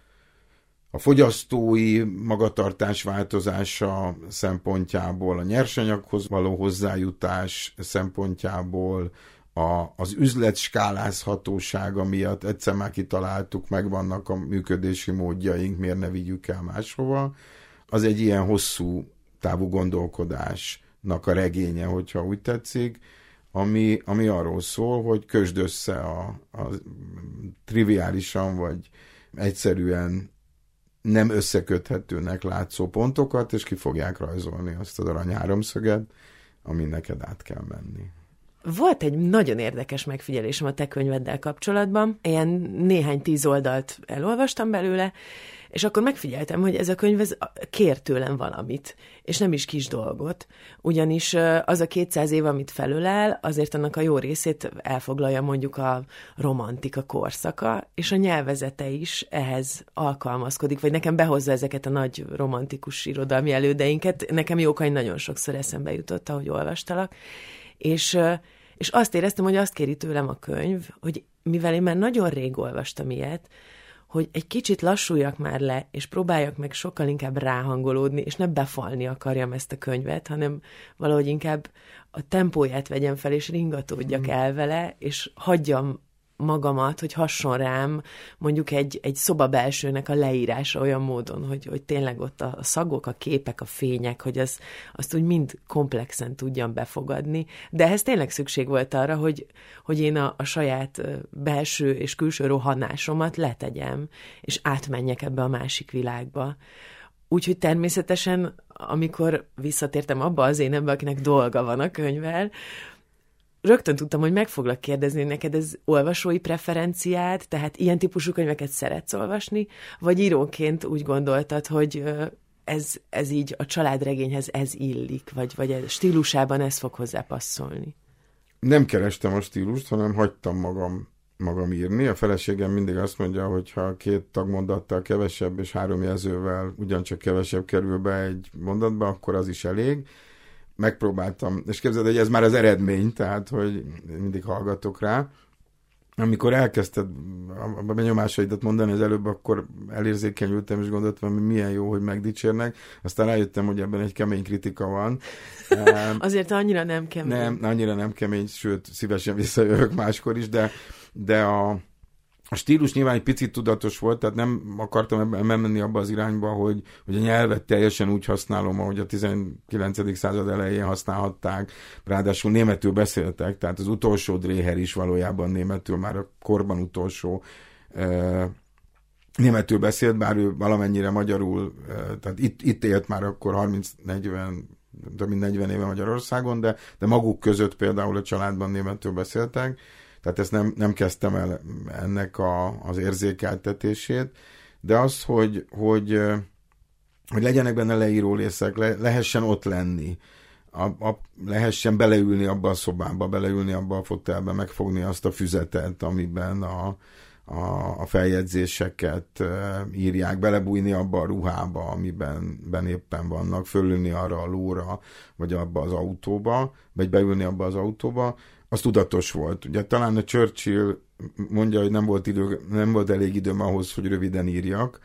a fogyasztói magatartás változása szempontjából, a nyersanyaghoz való hozzájutás szempontjából, a, az üzlet skálázhatósága miatt egyszer már kitaláltuk, megvannak a működési módjaink, miért ne vigyük el máshova. Az egy ilyen hosszú távú gondolkodásnak a regénye, hogyha úgy tetszik, ami, ami arról szól, hogy kösd össze a, a triviálisan vagy egyszerűen nem összeköthetőnek látszó pontokat, és ki fogják rajzolni azt az arany háromszöget, amin neked át kell menni. Volt egy nagyon érdekes megfigyelésem a te könyveddel kapcsolatban. Ilyen néhány tíz oldalt elolvastam belőle, és akkor megfigyeltem, hogy ez a könyv ez kér tőlem valamit, és nem is kis dolgot. Ugyanis az a kétszáz év, amit felölel, azért annak a jó részét elfoglalja mondjuk a romantika korszaka, és a nyelvezete is ehhez alkalmazkodik, vagy nekem behozza ezeket a nagy romantikus irodalmi elődeinket. Nekem Jókai nagyon sokszor eszembe jutott, ahogy olvastalak. És, és azt éreztem, hogy azt kéri tőlem a könyv, hogy mivel én már nagyon rég olvastam ilyet, hogy egy kicsit lassuljak már le, és próbáljak meg sokkal inkább ráhangolódni, és ne befalni akarjam ezt a könyvet, hanem valahogy inkább a tempóját vegyem fel, és ringatódjak mm. el vele, és hagyjam magamat, hogy hasson rám mondjuk egy, egy szoba belsőnek a leírása olyan módon, hogy, hogy tényleg ott a szagok, a képek, a fények, hogy az, azt úgy mind komplexen tudjam befogadni, de ehhez tényleg szükség volt arra, hogy, hogy én a, a saját belső és külső rohanásomat letegyem, és átmenjek ebbe a másik világba. Úgyhogy természetesen, amikor visszatértem abba az énembe, akinek dolga van a könyvvel, rögtön tudtam, hogy meg foglak kérdezni, neked ez olvasói preferenciád, tehát ilyen típusú könyveket szeretsz olvasni, vagy íróként úgy gondoltad, hogy ez, ez így a családregényhez ez illik, vagy, vagy ez stílusában ez fog hozzá passzolni? Nem kerestem a stílust, hanem hagytam magam, magam írni. A feleségem mindig azt mondja, hogy ha két tagmondattal kevesebb és három jelzővel ugyancsak kevesebb kerül be egy mondatba, akkor az is elég. Megpróbáltam, és képzeld, hogy ez már az eredmény, tehát, hogy mindig hallgatok rá. Amikor elkezdted a benyomásaidat mondani az előbb, akkor elérzékenyültem, és gondoltam, hogy milyen jó, hogy megdicsérnek. Aztán rájöttem, hogy ebben egy kemény kritika van. Azért annyira nem kemény. Nem, annyira nem kemény, sőt, szívesen visszajövök máskor is, de, de a A stílus nyilván egy picit tudatos volt, tehát nem akartam ebben menni abba az irányba, hogy, hogy a nyelvet teljesen úgy használom, ahogy a tizenkilencedik század elején használhatták, ráadásul németül beszéltek, tehát az utolsó Dréher is valójában németül, már a korban utolsó e, németül beszélt, bár ő valamennyire magyarul, e, tehát itt, itt élt már akkor harminc-negyven, több mint negyven éve Magyarországon, de, de maguk között például a családban németül beszéltek. Tehát ezt nem, nem kezdtem el ennek a, az érzékeltetését, de az, hogy, hogy, hogy legyenek benne leírórészek, le, lehessen ott lenni, a, a, lehessen beleülni abba a szobába, beleülni abba a fotelbe, megfogni azt a füzetet, amiben a, a, a feljegyzéseket írják, belebújni abba a ruhába, amiben ben éppen vannak, fölülni arra a lóra, vagy abba az autóba, vagy beülni abba az autóba, az tudatos volt. Ugye talán a Churchill mondja, hogy nem volt, idő, nem volt elég időm ahhoz, hogy röviden írjak.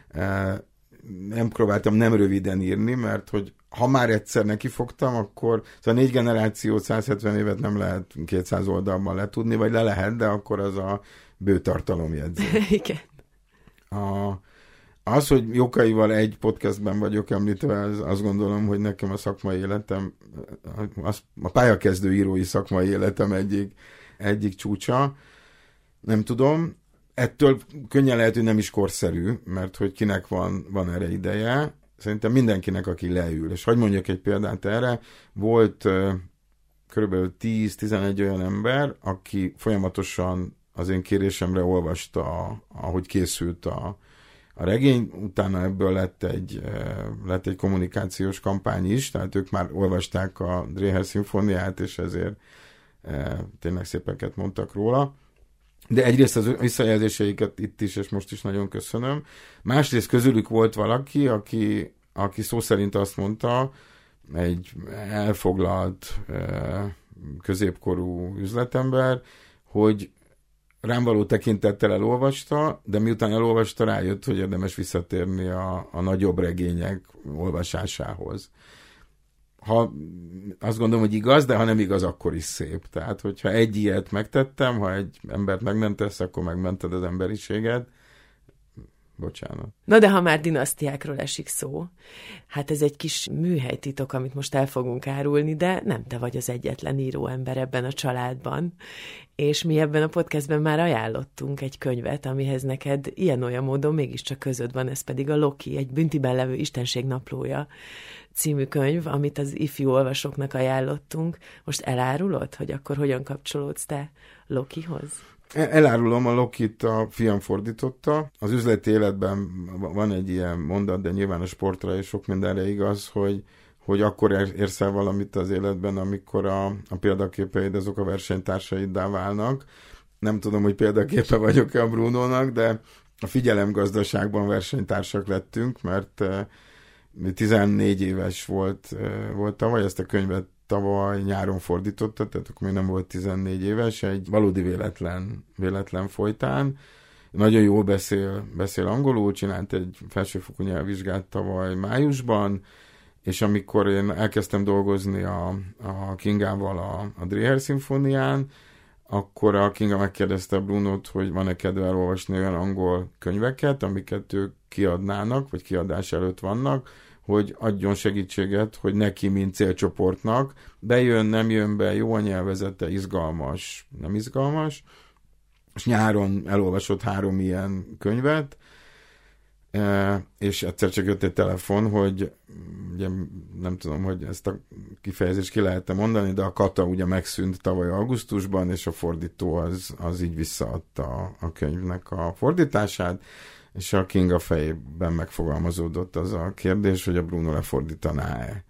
Nem próbáltam nem röviden írni, mert hogy ha már egyszer nekifogtam, akkor szóval négy generációt, száz hetven évet nem lehet kétszáz oldalban letudni, vagy le lehet, de akkor az a bőtartalomjegyzés. Igen. A, az, hogy Jókaival egy podcastben vagyok említve, az, azt gondolom, hogy nekem a szakmai életem, az, a pályakezdő írói szakmai életem egyik, egyik csúcsa. Nem tudom, ettől könnyen lehet, hogy nem is korszerű, mert hogy kinek van, van erre ideje. Szerintem mindenkinek, aki leül. És hogy mondjak egy példát erre, volt uh, körülbelül tíz-tizenegy olyan ember, aki folyamatosan az én kérésemre olvasta, ahogy készült a, a regény, utána ebből lett egy, lett egy kommunikációs kampány is, tehát ők már olvasták a Dreher szimfóniát, és ezért tényleg szépeket mondtak róla. De egyrészt az visszajelzéseiket itt is, és most is nagyon köszönöm. Másrészt közülük volt valaki, aki, aki szó szerint azt mondta, egy elfoglalt, középkorú üzletember, hogy rám való tekintettel elolvasta, de miután elolvasta, rájött, hogy érdemes visszatérni a, a nagyobb regények olvasásához. Ha azt gondolom, hogy igaz, de ha nem igaz, akkor is szép. Tehát, hogyha egy ilyet megtettem, ha egy embert megmentesz, akkor megmented az emberiséget. Bocsánat. Na de ha már dinasztiákról esik szó, hát ez egy kis műhelytitok, amit most el fogunk árulni, de nem te vagy az egyetlen íróember ebben a családban. És mi ebben a podcastben már ajánlottunk egy könyvet, amihez neked ilyen-olyan módon mégiscsak közöd van, ez pedig a Loki, egy Büntiben levő istenség naplója című könyv, amit az ifjú olvasóknak ajánlottunk. Most elárulod, hogy akkor hogyan kapcsolódsz te Lokihoz? Elárulom, a Lokit a fiam fordította. Az üzleti életben van egy ilyen mondat, de nyilván a sportra és sok mindenre igaz, hogy, hogy akkor érsz el valamit az életben, amikor a, a példaképeid azok a versenytársaiddá válnak. Nem tudom, hogy példaképe vagyok-e a Brunónak, de a figyelemgazdaságban versenytársak lettünk, mert tizennégy éves volt, volt tavaly, ezt a könyvet tavaly nyáron fordította, tehát akkor még nem volt tizennégy éves, egy valódi véletlen, véletlen folytán. Nagyon jól beszél, beszél angolul, csinált egy felsőfokú nyelvvizsgát tavaly májusban, és amikor én elkezdtem dolgozni a, a Kingával a, a Dreher szimfónián, akkor a Kinga megkérdezte Brunót, hogy van-e kedve elolvasni olyan angol könyveket, amiket ők kiadnának, vagy kiadás előtt vannak, hogy adjon segítséget, hogy neki, mint célcsoportnak, bejön, nem jön be, jó a nyelvezete, izgalmas, nem izgalmas, és nyáron elolvasott három ilyen könyvet, és egyszer csak jött egy telefon, hogy ugye nem tudom, hogy ezt a kifejezést ki lehet mondani, de a kata ugye megszűnt tavaly augusztusban, és a fordító az, az így visszaadta a könyvnek a fordítását, és a Kinga fejében megfogalmazódott az a kérdés, hogy a Bruno lefordítaná-e.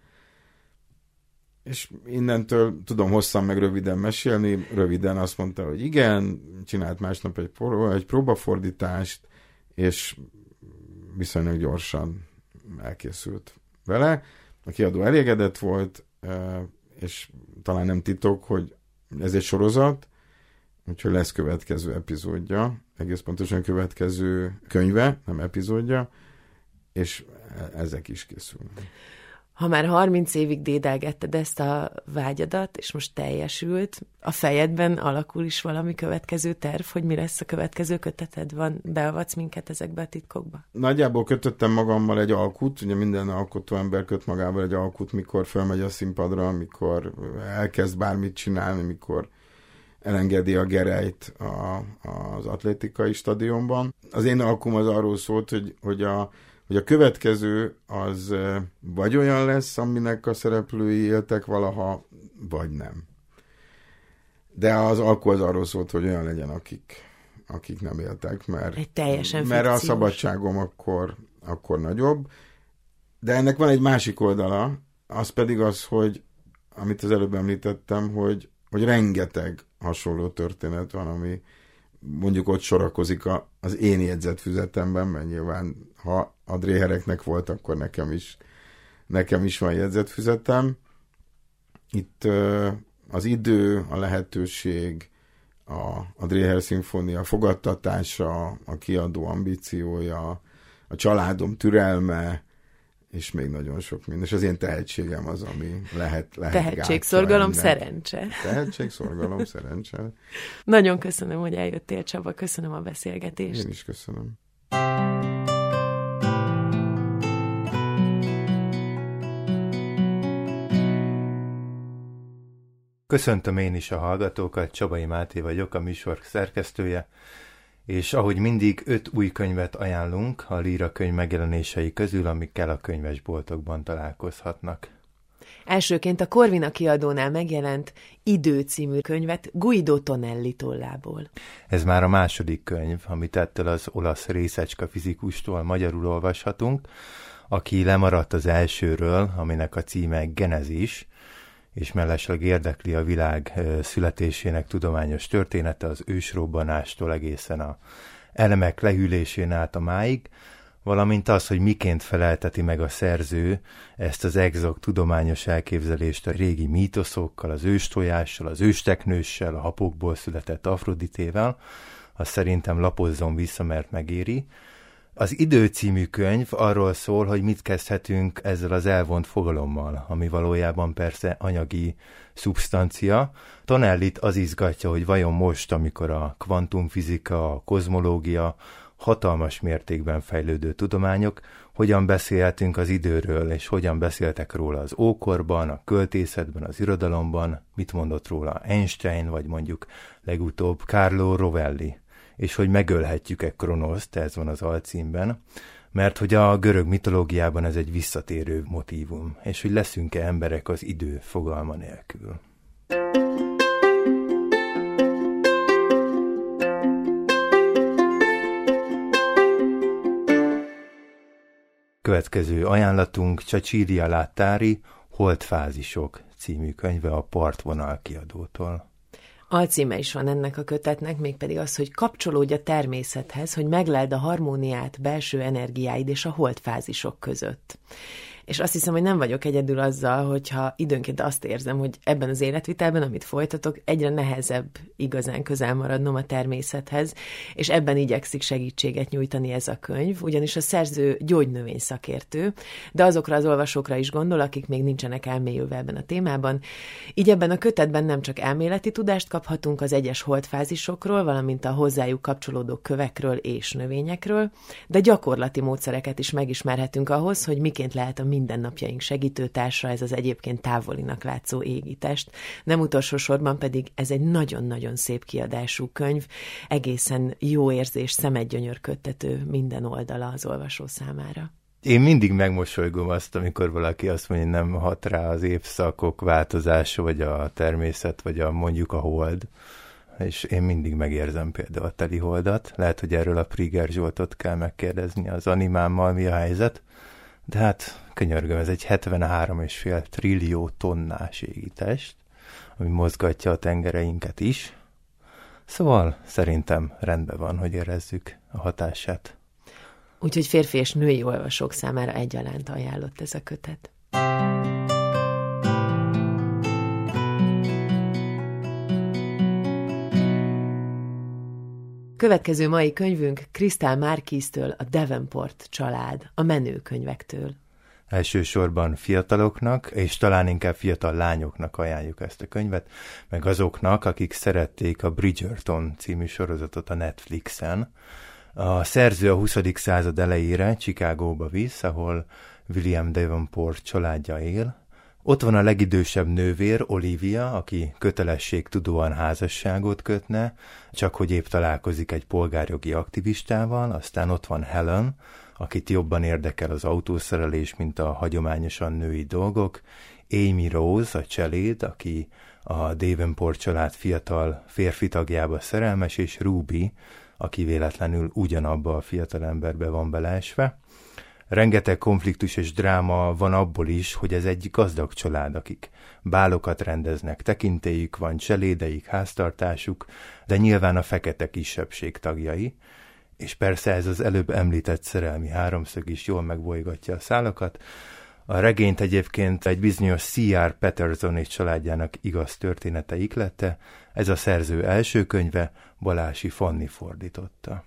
És innentől tudom hosszan meg röviden mesélni, röviden azt mondta, hogy igen, csinált másnap egy, pró- egy próbafordítást, és viszonylag gyorsan elkészült vele. A kiadó elégedett volt, és talán nem titok, hogy ez egy sorozat, úgyhogy lesz következő epizódja, egész pontosan következő könyve, nem epizódja, és ezek is készülnek. Ha már harminc évig dédelgetted ezt a vágyadat, és most teljesült, a fejedben alakul is valami következő terv, hogy mi lesz a következő köteted? Van, beavatsz minket ezekbe a titkokba? Nagyjából kötöttem magammal egy alkut, ugye minden alkotó ember köt magával egy alkut, mikor felmegy a színpadra, mikor elkezd bármit csinálni, mikor elengedi a gerelyt a, az atlétikai stadionban. Az én alkum az arról szólt, hogy, hogy, a, hogy a következő az vagy olyan lesz, aminek a szereplői éltek valaha, vagy nem. De az alku az arról szólt, hogy olyan legyen, akik, akik nem éltek, mert, egy teljesen mert a szabadságom akkor, akkor nagyobb. De ennek van egy másik oldala, az pedig az, hogy amit az előbb említettem, hogy, hogy rengeteg hasonló történet van, ami mondjuk ott sorakozik a, az én jegyzetfüzetemben, mert nyilván ha a Drehereknek volt, akkor nekem is, nekem is van jegyzetfüzetem. Itt uh, az idő, a lehetőség, a, a Dreher szimfónia fogadtatása, a kiadó ambíciója, a családom türelme, és még nagyon sok minden. És az én tehetségem az, ami lehet, lehet Tehetség, szorgalom, szerencse. Tehetség, szorgalom, szerencse. Nagyon köszönöm, hogy eljöttél, Csaba. Köszönöm a beszélgetést. Én is köszönöm. Köszöntöm én is a hallgatókat, Csabai Máté vagyok, a műsor szerkesztője, és ahogy mindig öt új könyvet ajánlunk a Líra könyv megjelenései közül, amikkel a könyvesboltokban találkozhatnak. Elsőként a Corvina kiadónál megjelent Idő című könyvet Guido Tonelli tollából. Ez már a második könyv, amit ettől az olasz részecska fizikustól magyarul olvashatunk, aki lemaradt az elsőről, aminek a címe Genezis, és mellesleg érdekli a világ születésének tudományos története az ősrobbanástól egészen a elemek lehűlésén át a máig, valamint az, hogy miként felelteti meg a szerző ezt az exakt tudományos elképzelést a régi mítoszokkal, az őstojással, az ősteknőssel, a hapokból született Afroditével, azt szerintem lapozzon vissza, mert megéri. Az Idő című könyv arról szól, hogy mit kezdhetünk ezzel az elvont fogalommal, ami valójában persze anyagi szubstancia. Tonellit az izgatja, hogy vajon most, amikor a kvantumfizika, a kozmológia, hatalmas mértékben fejlődő tudományok, hogyan beszélhetünk az időről, és hogyan beszéltek róla az ókorban, a költészetben, az irodalomban, mit mondott róla Einstein, vagy mondjuk legutóbb Carlo Rovelli, és hogy megölhetjük-e Kronoszt, ez van az alcímben, mert hogy a görög mitológiában ez egy visszatérő motívum, és hogy leszünk-e emberek az idő fogalma nélkül. Következő ajánlatunk Cecilia Lattari Holdfázisok című könyve a Partvonal kiadótól. Alcíme is van ennek a kötetnek, mégpedig az, hogy kapcsolódj a természethez, hogy megleld a harmóniát belső energiáid és a holdfázisok között. És azt hiszem, hogy nem vagyok egyedül azzal, hogyha időnként azt érzem, hogy ebben az életvitelben, amit folytatok, egyre nehezebb igazán közel maradnom a természethez, és ebben igyekszik segítséget nyújtani ez a könyv, ugyanis a szerző gyógynövény szakértő, de azokra az olvasókra is gondol, akik még nincsenek elmélyülve ebben a témában. Így ebben a kötetben nem csak elméleti tudást kaphatunk az egyes holdfázisokról, valamint a hozzájuk kapcsolódó kövekről és növényekről, de gyakorlati módszereket is megismerhetünk ahhoz, hogy miként lehet a mindennapjaink segítőtársa ez az egyébként távolinak látszó égitest. Nem utolsó sorban pedig ez egy nagyon-nagyon szép kiadású könyv, egészen jó érzés, szemedgyönyörködtető minden oldala az olvasó számára. Én mindig megmosolygom azt, amikor valaki azt mondja, hogy nem hat rá az évszakok változása, vagy a természet, vagy a mondjuk a hold. És én mindig megérzem például a teli holdat. Lehet, hogy erről a Priger Zsoltot kell megkérdezni az animámmal, mi a helyzet. De hát, könyörgöm, ez egy hetvenhárom egész öt trillió tonnás égitest, ami mozgatja a tengereinket is. Szóval szerintem rendben van, hogy érezzük a hatását. Úgyhogy férfi és női olvasók számára egyaránt ajánlott ez a kötet. Következő mai könyvünk Crystal Marquis-től, a Davenport család, a menőkönyvektől. Elsősorban fiataloknak, és talán inkább fiatal lányoknak ajánljuk ezt a könyvet, meg azoknak, akik szerették a Bridgerton című sorozatot a Netflixen. A szerző a huszadik század elejére Chicagóba visz, ahol William Davenport családja él. Ott van a legidősebb nővér, Olivia, aki kötelességtudóan házasságot kötne, csak hogy épp találkozik egy polgárjogi aktivistával, aztán ott van Helen, akit jobban érdekel az autószerelés, mint a hagyományosan női dolgok, Amy Rose, a cseléd, aki a Davenport család fiatal férfi tagjába szerelmes, és Ruby, aki véletlenül ugyanabba a fiatalemberbe van beleesve. Rengeteg konfliktus és dráma van abból is, hogy ez egy gazdag család, akik bálokat rendeznek, tekintélyük van, cselédeik, háztartásuk, de nyilván a fekete kisebbség tagjai, és persze ez az előbb említett szerelmi háromszög is jól megbolygatja a szálakat. A regényt egyébként egy bizonyos C R Patterson és családjának igaz története ihlette, ez a szerző első könyve, Balási Fanni fordította.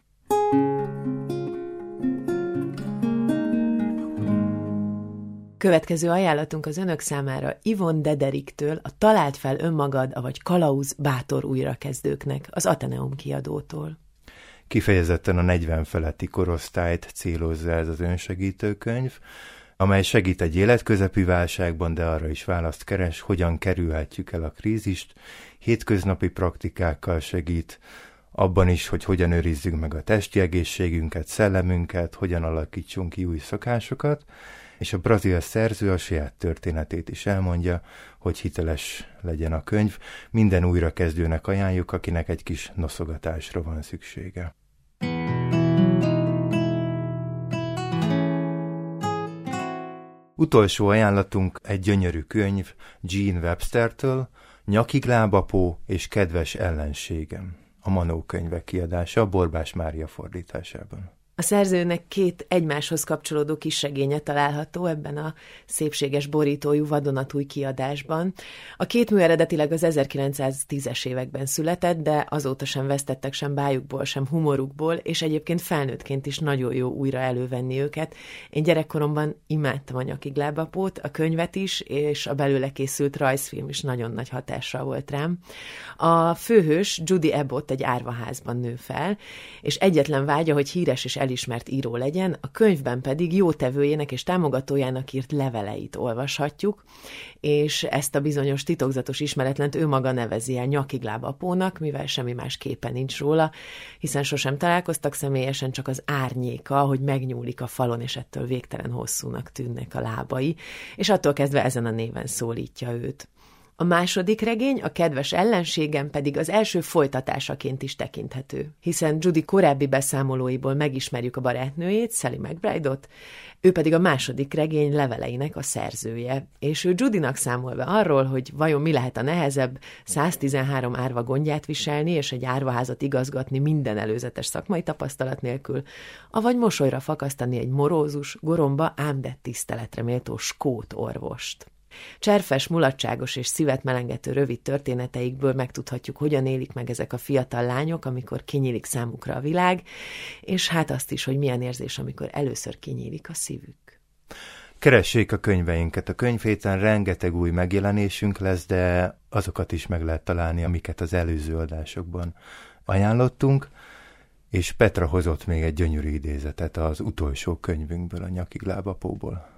Következő ajánlatunk az önök számára Yvonne Dederiktől, a Találd fel önmagad, avagy Kalauz bátor újrakezdőknek, az Atheneum kiadótól. Kifejezetten a negyven feletti korosztályt célozza ez az önsegítőkönyv, amely segít egy életközepi válságban, de arra is választ keres, hogyan kerülhetjük el a krízist, hétköznapi praktikákkal segít, abban is, hogy hogyan őrizzük meg a testi egészségünket, szellemünket, hogyan alakítsunk ki új szokásokat, és a brazil szerző a saját történetét is elmondja, hogy hiteles legyen a könyv. Minden újrakezdőnek ajánljuk, akinek egy kis noszogatásra van szüksége. Utolsó ajánlatunk egy gyönyörű könyv Jean Webstertől, Nyakig lábapó és kedves ellenségem. A Manó könyvek kiadása, Borbás Mária fordításában. A szerzőnek két egymáshoz kapcsolódó kisregénye található ebben a szépséges borítójú vadonatúj kiadásban. A két mű eredetileg az ezerkilencszáztízes években született, de azóta sem vesztettek sem bájukból, sem humorukból, és egyébként felnőttként is nagyon jó újra elővenni őket. Én gyerekkoromban imádtam a Nyakig lábapót, a könyvet is, és a belőle készült rajzfilm is nagyon nagy hatással volt rám. A főhős Judy Abbott egy árvaházban nő fel, és egyetlen vágya, hogy híres és elismert író legyen, a könyvben pedig jótevőjének és támogatójának írt leveleit olvashatjuk, és ezt a bizonyos titokzatos ismeretlent ő maga nevezi el Nyakig lábapónak, mivel semmi más képe nincs róla, hiszen sosem találkoztak személyesen, csak az árnyéka, hogy megnyúlik a falon, és ettől végtelen hosszúnak tűnnek a lábai, és attól kezdve ezen a néven szólítja őt. A második regény, a kedves ellenségem pedig az első folytatásaként is tekinthető, hiszen Judy korábbi beszámolóiból megismerjük a barátnőjét, Sally McBride-ot, ő pedig a második regény leveleinek a szerzője, és ő Judynak számol be arról, hogy vajon mi lehet a nehezebb, száztizenhárom árva gondját viselni, és egy árvaházat igazgatni minden előzetes szakmai tapasztalat nélkül, avagy mosolyra fakasztani egy morózus, goromba, ám de tiszteletre méltó skót orvost. Cserfes, mulatságos és szívet melengető rövid történeteikből megtudhatjuk, hogyan élik meg ezek a fiatal lányok, amikor kinyílik számukra a világ, és hát azt is, hogy milyen érzés, amikor először kinyílik a szívük. Keressék a könyveinket. A könyvhéten rengeteg új megjelenésünk lesz, de azokat is meg lehet találni, amiket az előző adásokban ajánlottunk, és Petra hozott még egy gyönyörű idézetet az utolsó könyvünkből, a Nyakig lábapóból.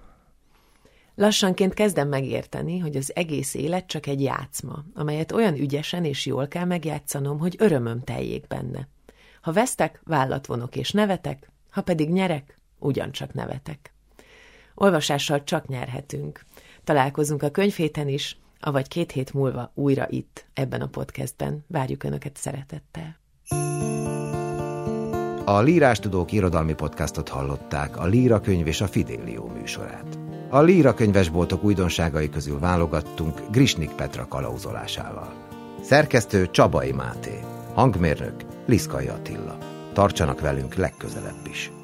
Lassanként kezdem megérteni, hogy az egész élet csak egy játszma, amelyet olyan ügyesen és jól kell megjátszanom, hogy örömöm teljék benne. Ha vesztek, vállat vonok és nevetek, ha pedig nyerek, ugyancsak nevetek. Olvasással csak nyerhetünk. Találkozunk a könyvhéten is, avagy két hét múlva újra itt, ebben a podcastben. Várjuk Önöket szeretettel. A Lírástudók irodalmi podcastot hallották, a Líra könyv és a Fidelio műsorát. A Líra könyvesboltok újdonságai közül válogattunk Grisnik Petra kalauzolásával. Szerkesztő Csabai Máté, hangmérnök Liszkai Attila. Tartsanak velünk legközelebb is!